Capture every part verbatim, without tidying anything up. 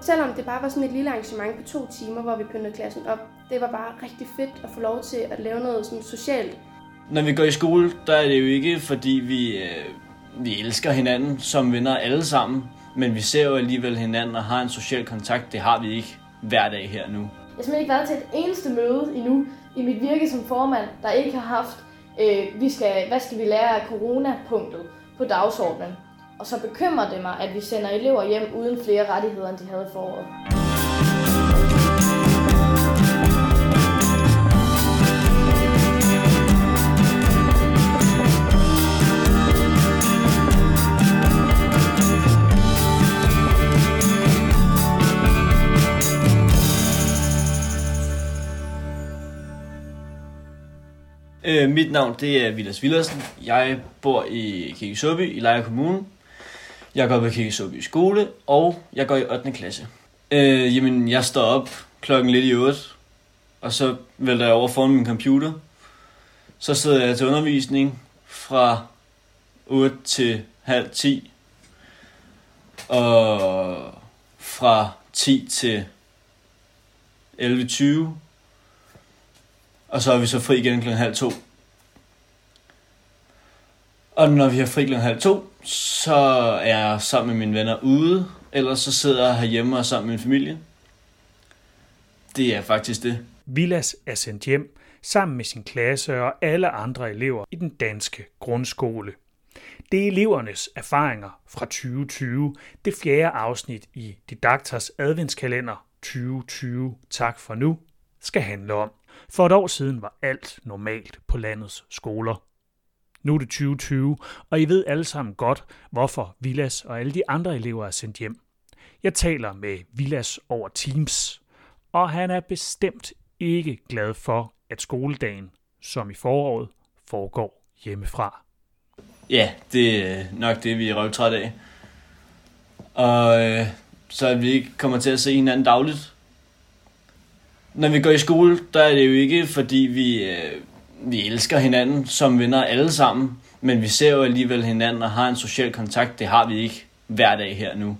selvom det bare var sådan et lille arrangement på to timer, hvor vi pyntede klassen op, det var bare rigtig fedt at få lov til at lave noget sådan socialt. Når vi går i skole, der er det jo ikke, fordi vi, øh, vi elsker hinanden som venner alle sammen, men vi ser jo alligevel hinanden og har en social kontakt. Det har vi ikke hver dag her nu. Jeg har simpelthen ikke været til et eneste møde endnu i mit virke som formand, der ikke har haft, øh, vi skal, hvad skal vi lære af corona-punktet på dagsordenen. Og så bekymrer det mig, at vi sender elever hjem uden flere rettigheder, end de havde i foråret. Øh, mit navn det er Vilas Villadsen. Jeg bor i Kirke Såby i Lejre Kommune. Jeg går på Kirke Såby skole, og jeg går i ottende klasse. Øh, jamen, jeg står op klokken lidt i otte, og så vælter jeg over foran min computer. Så sidder jeg til undervisning fra otte til halv ti, og fra ti til elleve tyve. Og så er vi så fri igen klokken halv to. Og når vi har fri klokken halv to, så er jeg sammen med mine venner ude, ellers så sidder jeg herhjemme og sammen med min familie. Det er faktisk det. Vilas er sendt hjem sammen med sin klasse og alle andre elever i den danske grundskole. Det er elevernes erfaringer fra tyve tyve, det fjerde afsnit i Didaktors adventskalender tyve tyve, tak for nu, skal handle om. For et år siden var alt normalt på landets skoler. Nu er det tyve tyve, og I ved alle sammen godt, hvorfor Vilas og alle de andre elever er sendt hjem. Jeg taler med Vilas over Teams, og han er bestemt ikke glad for, at skoledagen, som i foråret, foregår hjemmefra. Ja, det er nok det, vi er røvtræt af. Og øh, så at vi ikke kommer til at se hinanden dagligt. Når vi går i skole, der er det jo ikke, fordi vi, øh, vi elsker hinanden som venner alle sammen, men vi ser jo alligevel hinanden og har en social kontakt. Det har vi ikke hver dag her nu.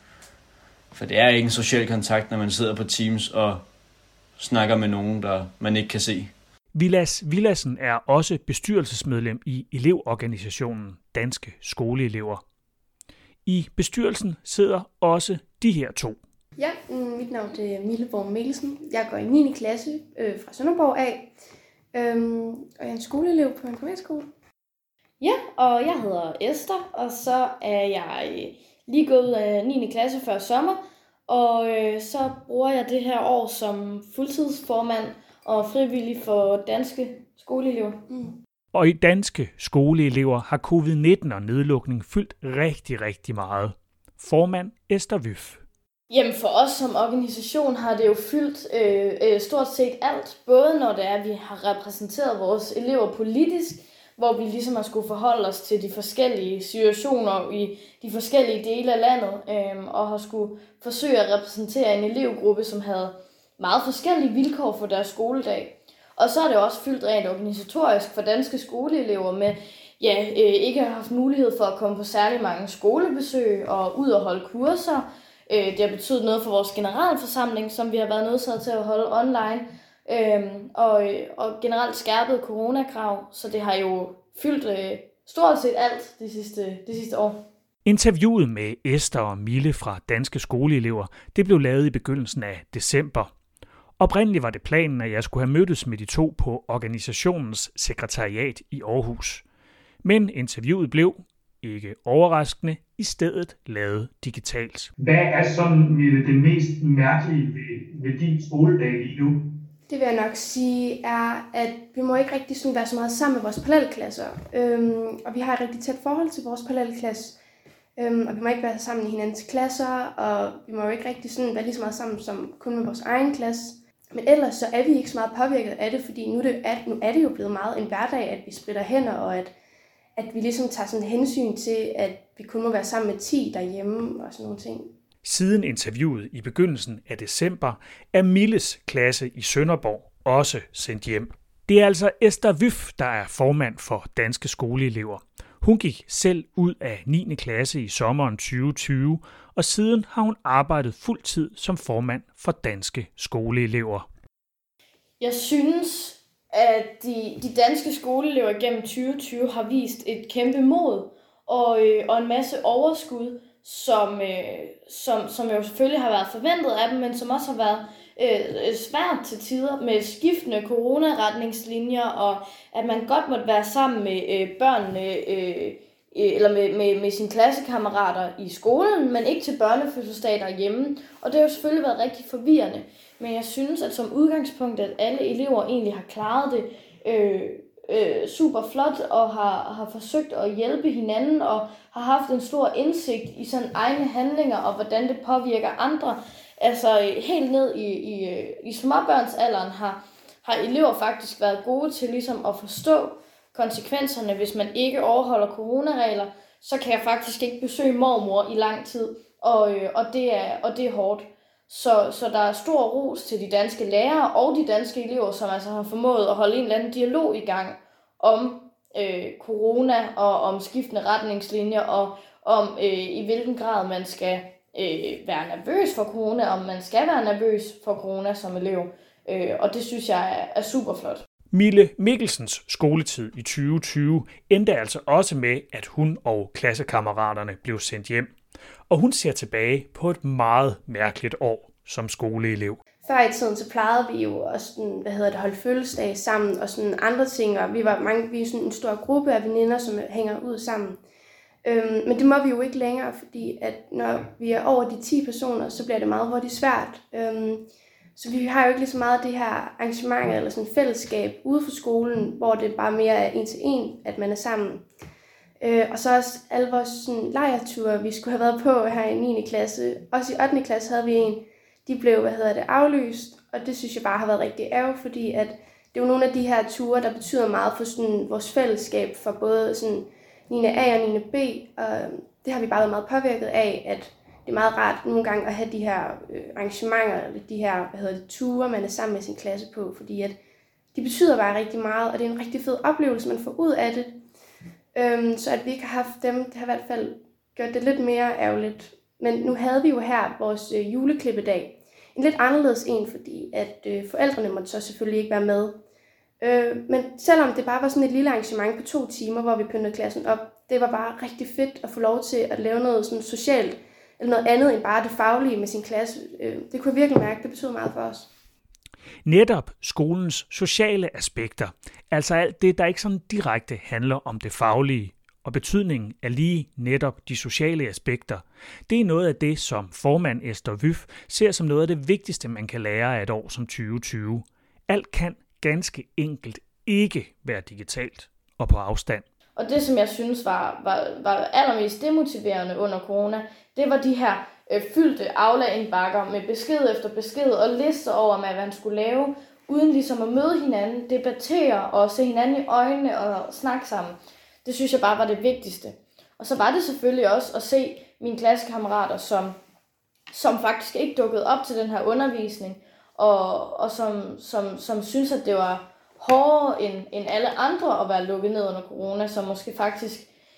For det er ikke en social kontakt, når man sidder på Teams og snakker med nogen, der man ikke kan se. Vilas Villadsen er også bestyrelsesmedlem i elevorganisationen Danske Skoleelever. I bestyrelsen sidder også de her to. Ja, mit navn er Mille Borg Mikkelsen. Jeg går i niende klasse øh, fra Sønderborg af, øhm, og jeg er en skoleelev på en privatskole. Ja, og jeg hedder Esther, og så er jeg lige gået ud af niende klasse før sommer, og øh, så bruger jeg det her år som fuldtidsformand og frivillig for Danske Skoleelever. Mm. Og i Danske Skoleelever har covid nitten og nedlukning fyldt rigtig, rigtig meget. Formand Esther Wyff. Jamen for os som organisation har det jo fyldt øh, stort set alt, både når det er, at vi har repræsenteret vores elever politisk, hvor vi ligesom har skulle forholde os til de forskellige situationer i de forskellige dele af landet, øh, og har skulle forsøge at repræsentere en elevgruppe, som havde meget forskellige vilkår for deres skoledag. Og så er det også fyldt rent organisatorisk for danske skoleelever med, ja, øh, ikke har haft mulighed for at komme på særlig mange skolebesøg og ud og holde kurser. Det har betydet noget for vores generalforsamling, som vi har været nødsaget til at holde online, øhm, og, og generelt skærpet coronakrav, så det har jo fyldt øh, stort set alt de sidste, de sidste år. Interviewet med Esther og Mille fra Danske Skoleelever, det blev lavet i begyndelsen af december. Oprindeligt var det planen, at jeg skulle have mødtes med de to på organisationens sekretariat i Aarhus. Men interviewet blev, ikke overraskende, i stedet lavet digitalt. Hvad er sådan Mille, det mest mærkelige ved, ved din skoledag lige nu? Det vil jeg nok sige er, at vi må ikke rigtig sådan være så meget sammen med vores parallelklasser. Øhm, og vi har et rigtig tæt forhold til vores parallelklasse. Øhm, og vi må ikke være sammen i hinandens klasser, og vi må jo ikke rigtig sådan være lige så meget sammen som kun med vores egen klasse. Men ellers så er vi ikke så meget påvirket af det, fordi nu er det, at, nu er det jo blevet meget en hverdag, at vi splitter hænder, og at at vi ligesom tager sådan hensyn til, at vi kun må være sammen med ti derhjemme og sådan nogle ting. Siden interviewet i begyndelsen af december er Milles klasse i Sønderborg også sendt hjem. Det er altså Esther Wyff, der er formand for Danske Skoleelever. Hun gik selv ud af niende klasse i sommeren tyve tyve, og siden har hun arbejdet fuld tid som formand for Danske Skoleelever. Jeg synes, at de, de danske skoleelever gennem tyve tyve har vist et kæmpe mod og, øh, og en masse overskud, som, øh, som, som jo selvfølgelig har været forventet af dem, men som også har været øh, svært til tider med skiftende coronaretningslinjer, og at man godt måtte være sammen med øh, børnene øh, eller med, med, med sine klassekammerater i skolen, men ikke til børnefødselsdag derhjemme. Og det har jo selvfølgelig været rigtig forvirrende. Men jeg synes, at som udgangspunkt, at alle elever egentlig har klaret det øh, øh, super flot, og har, har forsøgt at hjælpe hinanden, og har haft en stor indsigt i sådan egne handlinger, og hvordan det påvirker andre. Altså helt ned i, i, i småbørnsalderen har, har elever faktisk været gode til ligesom at forstå konsekvenserne, hvis man ikke overholder coronaregler. Så kan jeg faktisk ikke besøge mormor i lang tid, og, øh, og, det, er, og det er hårdt. Så, så der er stor ros til de danske lærere og de danske elever, som altså har formået at holde en eller anden dialog i gang om øh, corona og om skiftende retningslinjer, og om øh, i hvilken grad man skal øh, være nervøs for corona, om man skal være nervøs for corona som elev. Øh, og det synes jeg er, er super flot. Mille Mikkelsens skoletid i tyve tyve endte altså også med, at hun og klassekammeraterne blev sendt hjem. Og hun ser tilbage på et meget mærkeligt år som skoleelev. Før i tiden så plejede vi jo også sådan, hvad hedder det, holde fødselsdag sammen og sådan andre ting, og vi var mange, vi er sådan en stor gruppe af veninder, som hænger ud sammen. Øhm, men det må vi jo ikke længere, fordi at når vi er over de ti personer, så bliver det meget hurtigt svært. Øhm, så vi har jo ikke lige så meget det her arrangement eller sådan fællesskab ude for skolen, hvor det bare mere er en til en, at man er sammen. Øh, og så også alle vores sådan, lejreture, vi skulle have været på her i niende klasse. Også i ottende klasse havde vi en, de blev, hvad hedder det, aflyst. Og det synes jeg bare har været rigtig ærgerligt, fordi at det er jo nogle af de her ture, der betyder meget for sådan, vores fællesskab, for både sådan, niende A og niende B. Og det har vi bare været meget påvirket af, at det er meget rart nogle gange at have de her øh, arrangementer, eller de her, hvad hedder det, ture, man er sammen med sin klasse på. Fordi at de betyder bare rigtig meget, og det er en rigtig fed oplevelse, man får ud af det. Øhm, så at vi ikke har haft dem, det har i hvert fald gjort det lidt mere ærgerligt. Men nu havde vi jo her vores øh, juleklippedag. En lidt anderledes en, fordi at øh, forældrene måtte så selvfølgelig ikke være med. Øh, men selvom det bare var sådan et lille arrangement på to timer, hvor vi pyntede klassen op, det var bare rigtig fedt at få lov til at lave noget sådan socialt, eller noget andet end bare det faglige med sin klasse. Øh, det kunne jeg virkelig mærke, det betød meget for os. Netop skolens sociale aspekter, altså alt det, der ikke sådan direkte handler om det faglige, og betydningen af lige netop de sociale aspekter, det er noget af det, som formand Esther Wyff ser som noget af det vigtigste, man kan lære af et år som tyve tyve. Alt kan ganske enkelt ikke være digitalt og på afstand. Og det, som jeg synes var, var, var allermest demotiverende under corona, det var de her øh, fyldte Aula-indbakker med besked efter besked og lister over, hvad man skulle lave, uden ligesom at møde hinanden, debattere og se hinanden i øjnene og snakke sammen. Det synes jeg bare var det vigtigste. Og så var det selvfølgelig også at se mine klassekammerater, som, som faktisk ikke dukkede op til den her undervisning, og, og som, som, som synes, at det var hårdere end, end alle andre at være lukket ned under corona, som måske faktisk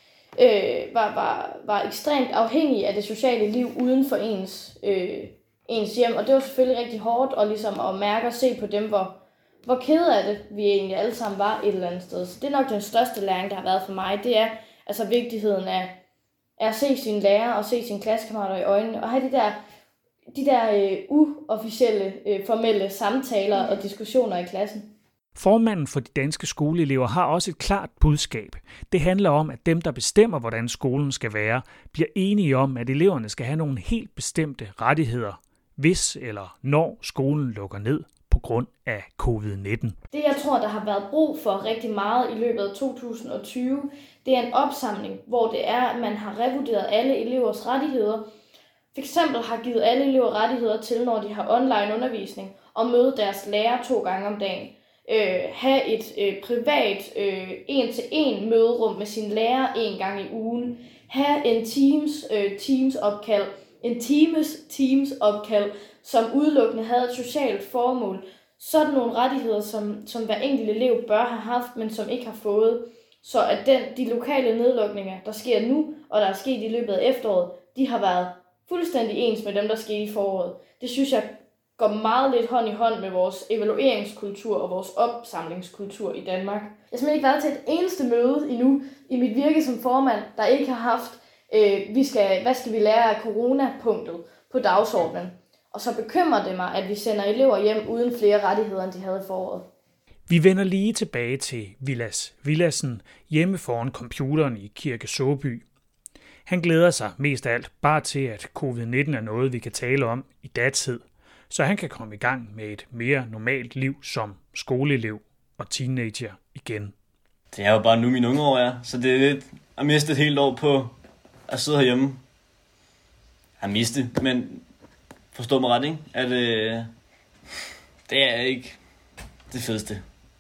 øh, var, var, var ekstremt afhængige af det sociale liv uden for ens, øh, ens hjem. Og det var selvfølgelig rigtig hårdt at, ligesom at mærke og se på dem, hvor, hvor kede af det vi egentlig alle sammen var et eller andet sted. Så det er nok den største læring, der har været for mig. Det er altså vigtigheden af, af at se sine lærere og se sine klassekammerater i øjnene, og have de der, de der øh, uofficielle, øh, formelle samtaler og diskussioner i klassen. Formanden for de danske skoleelever har også et klart budskab. Det handler om, at dem, der bestemmer, hvordan skolen skal være, bliver enige om, at eleverne skal have nogle helt bestemte rettigheder, hvis eller når skolen lukker ned på grund af covid nitten. Det, jeg tror, der har været brug for rigtig meget i løbet af to tusind og tyve, det er en opsamling, hvor det er, at man har revurderet alle elevers rettigheder. For eksempel har givet alle elever rettigheder til, når de har online undervisning, og møde deres lærer to gange om dagen. Øh, have et øh, privat øh, en-til-en møderum med sin lærer en gang i ugen. Have en Teams, øh, Teams opkald, en Teams Teams opkald, som udelukkende havde et socialt formål. Sådan nogle rettigheder, som, som hver enkelt elev bør have haft, men som ikke har fået. Så at den, de lokale nedlukninger, der sker nu, og der er sket i løbet af efteråret, de har været fuldstændig ens med dem, der skete i foråret. Det synes jeg går meget lidt hånd i hånd med vores evalueringskultur og vores opsamlingskultur i Danmark. Jeg har simpelthen ikke været til et eneste møde endnu i mit virke som formand, der ikke har haft, øh, vi skal, hvad skal vi lære af corona-punktet på dagsordenen. Og så bekymrer det mig, at vi sender elever hjem uden flere rettigheder, end de havde i foråret. Vi vender lige tilbage til Vilas Villadsen hjemme foran computeren i Kirke Såby. Han glæder sig mest af alt bare til, at covid nitten er noget, vi kan tale om i datid, så han kan komme i gang med et mere normalt liv som skoleelev og teenager igen. Det er jo bare nu mine unge år er, så det er lidt at miste et helt år på at sidde herhjemme. Jeg miste, men forstå mig ret, ikke? At øh, det er ikke det fedeste.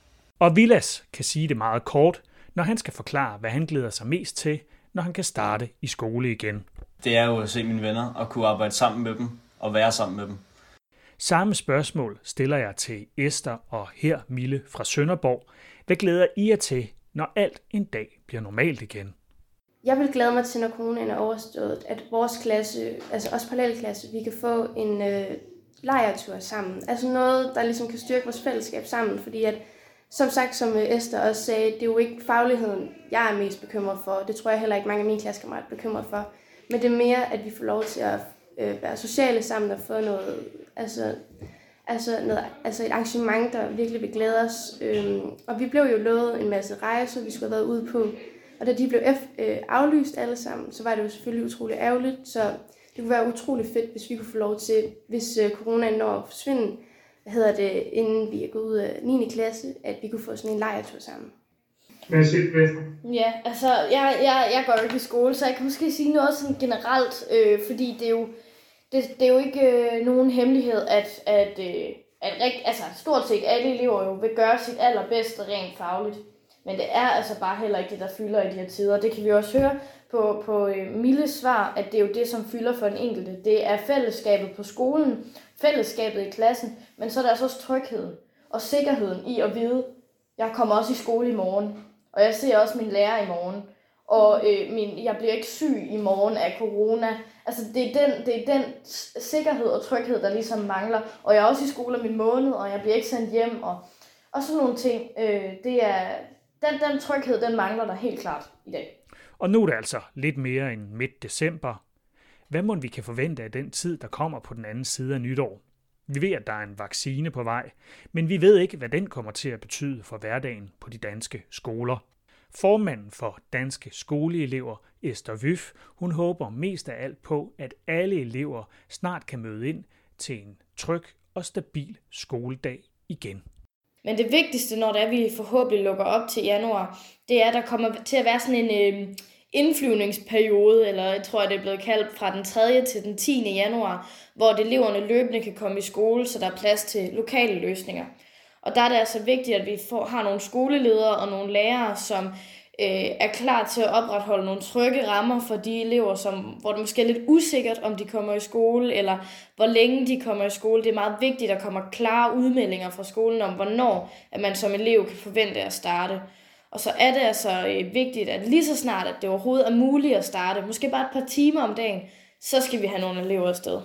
Og Vilas kan sige det meget kort, når han skal forklare, hvad han glæder sig mest til, når han kan starte i skole igen. Det er jo at se mine venner og kunne arbejde sammen med dem og være sammen med dem. Samme spørgsmål stiller jeg til Esther og her Mille fra Sønderborg. Hvad glæder I jer til, når alt en dag bliver normalt igen? Jeg vil glæde mig til, når coronaen er overstået, at vores klasse, altså os parallelklasse, vi kan få en øh, lejretur sammen. Altså noget, der ligesom kan styrke vores fællesskab sammen, fordi at, som sagt, som Esther også sagde, det er jo ikke fagligheden, jeg er mest bekymret for. Det tror jeg heller ikke mange af mine klassekammerater er bekymret for. Men det er mere, at vi får lov til at øh, være sociale sammen og få noget, altså, altså, noget, altså et arrangement, der virkelig vil glæde os. Øhm, og vi blev jo lovet en masse rejser, vi skulle have været ude på. Og da de blev øh, aflyst alle sammen, så var det jo selvfølgelig utrolig ærgerligt. Så det kunne være utrolig fedt, hvis vi kunne få lov til, hvis øh, coronaen når at forsvinde, hvad hedder det, inden vi er gået ud af niende klasse, at vi kunne få sådan en lejretur sammen. Hvad siger du, Esther? Ja, altså, jeg, jeg, jeg går jo ikke i skole, så jeg kan måske sige noget sådan generelt, øh, fordi det er jo, det, det er jo ikke øh, nogen hemmelighed, at, at, øh, at rigt, altså, stort set alle elever jo vil gøre sit allerbedste rent fagligt. Men det er altså bare heller ikke det, der fylder i de her tider. Det kan vi også høre på, på Milles svar, at det er jo det, som fylder for den enkelte. Det er fællesskabet på skolen, fællesskabet i klassen, men så er der altså også trygheden og sikkerheden i at vide, jeg kommer også i skole i morgen, og jeg ser også min lærer i morgen, og øh, min, jeg bliver ikke syg i morgen af corona. Altså det er, den, det er den sikkerhed og tryghed, der ligesom mangler. Og jeg er også i skole om en måned, og jeg bliver ikke sendt hjem, og, og sådan nogle ting. Øh, det er... Den, den tryghed, den mangler der helt klart i dag. Og nu er det altså lidt mere end midt december. Hvad må vi kan forvente af den tid, der kommer på den anden side af nytår? Vi ved, at der er en vaccine på vej, men vi ved ikke, hvad den kommer til at betyde for hverdagen på de danske skoler. Formanden for Danske Skoleelever, Esther Vyff, hun håber mest af alt på, at alle elever snart kan møde ind til en tryg og stabil skoledag igen. Men det vigtigste, når det er, vi forhåbentlig lukker op til januar, det er, at der kommer til at være sådan en øh, indflyvningsperiode, eller jeg tror, det er blevet kaldt fra den tredje til den tiende januar, hvor eleverne løbende kan komme i skole, så der er plads til lokale løsninger. Og der er det altså vigtigt, at vi får, har nogle skoleledere og nogle lærere, som øh, er klar til at opretholde nogle trygge rammer for de elever, som, hvor det måske er lidt usikkert, om de kommer i skole, eller hvor længe de kommer i skole. Det er meget vigtigt, at der kommer klare udmeldinger fra skolen om, hvornår at man som elev kan forvente at starte. Og så er det altså øh, vigtigt, at lige så snart, at det overhovedet er muligt at starte, måske bare et par timer om dagen, så skal vi have nogle elever afsted.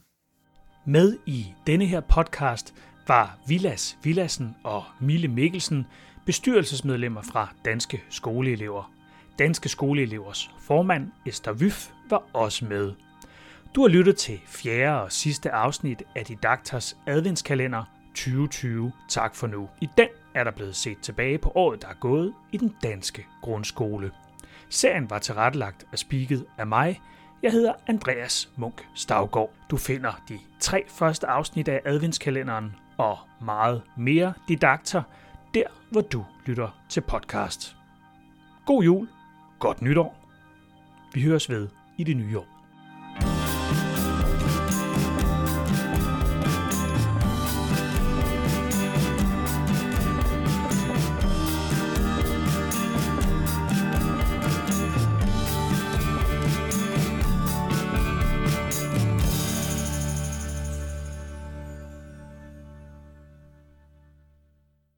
Med i denne her podcast var Vilas Villadsen og Mille Mikkelsen, bestyrelsesmedlemmer fra Danske Skoleelever. Danske Skoleelevers formand Esther Vyff var også med. Du har lyttet til fjerde og sidste afsnit af Didaktors adventskalender tyve tyve. Tak for nu. I den er der blevet set tilbage på året, der er gået i den danske grundskole. Serien var tilrettelagt og speaket af mig. Jeg hedder Andreas Munk Stavgaard. Du finder de tre første afsnit af adventskalenderen og meget mere Didaktor, der hvor du lytter til podcast. God jul, godt nytår. Vi høres ved i det nye år.